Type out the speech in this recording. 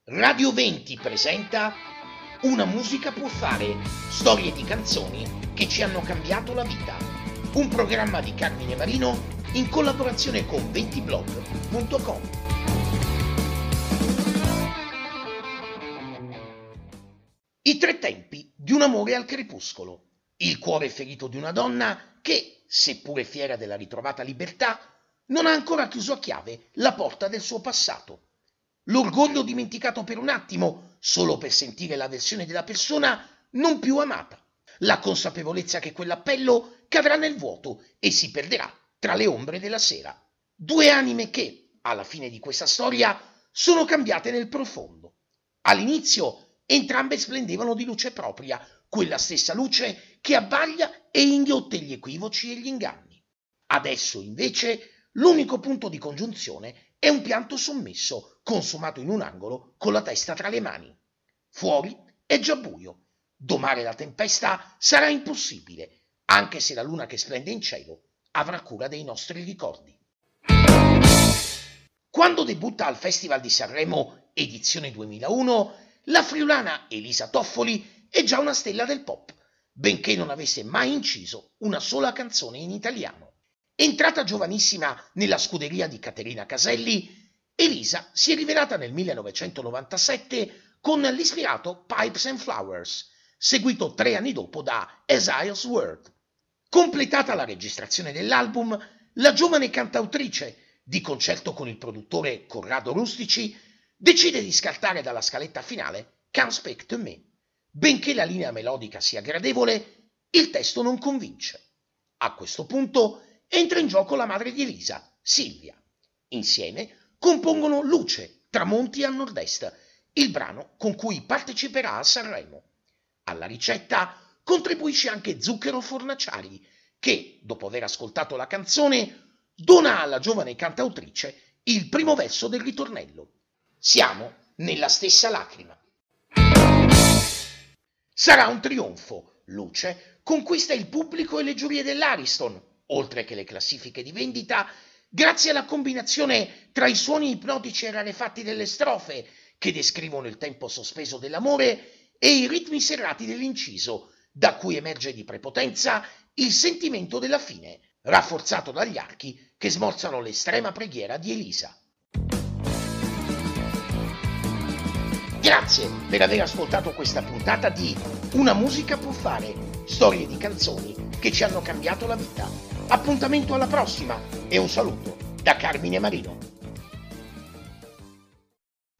Radio 20 presenta Una musica può fare, storie di canzoni che ci hanno cambiato la vita. Un programma di Carmine Marino in collaborazione con 20blog.com. I tre tempi di un amore al crepuscolo. Il cuore ferito di una donna che, seppure fiera della ritrovata libertà, non ha ancora chiuso a chiave la porta del suo passato. L'orgoglio dimenticato per un attimo, solo per sentire la versione della persona non più amata. La consapevolezza che quell'appello cadrà nel vuoto e si perderà tra le ombre della sera. Due anime che, alla fine di questa storia, sono cambiate nel profondo. All'inizio, entrambe splendevano di luce propria, quella stessa luce che abbaglia e inghiotte gli equivoci e gli inganni. Adesso, invece, l'unico punto di congiunzione è un pianto sommesso, consumato in un angolo con la testa tra le mani. Fuori è già buio. Domare la tempesta sarà impossibile, anche se la luna che splende in cielo avrà cura dei nostri ricordi. Quando debutta al Festival di Sanremo, edizione 2001, la friulana Elisa Toffoli è già una stella del pop, benché non avesse mai inciso una sola canzone in italiano. Entrata giovanissima nella scuderia di Caterina Caselli, Elisa si è rivelata nel 1997 con l'ispirato Pipes and Flowers, seguito 3 anni dopo da Esile's World. Completata la registrazione dell'album, la giovane cantautrice, di concerto con il produttore Corrado Rustici, decide di scartare dalla scaletta finale Can't Speak to Me. Benché la linea melodica sia gradevole, il testo non convince. A questo punto entra in gioco la madre di Elisa, Silvia. Insieme compongono Luce, tramonti a nord-est, il brano con cui parteciperà a Sanremo. Alla ricetta contribuisce anche Zucchero Fornaciari, che, dopo aver ascoltato la canzone, dona alla giovane cantautrice il primo verso del ritornello. Siamo nella stessa lacrima. Sarà un trionfo. Luce conquista il pubblico e le giurie dell'Ariston, oltre che le classifiche di vendita, grazie alla combinazione tra i suoni ipnotici e rarefatti delle strofe, che descrivono il tempo sospeso dell'amore, e i ritmi serrati dell'inciso, da cui emerge di prepotenza il sentimento della fine, rafforzato dagli archi che smorzano l'estrema preghiera di Elisa. Grazie per aver ascoltato questa puntata di Una musica può fare, storie di canzoni che ci hanno cambiato la vita. Appuntamento alla prossima e un saluto da Carmine Marino.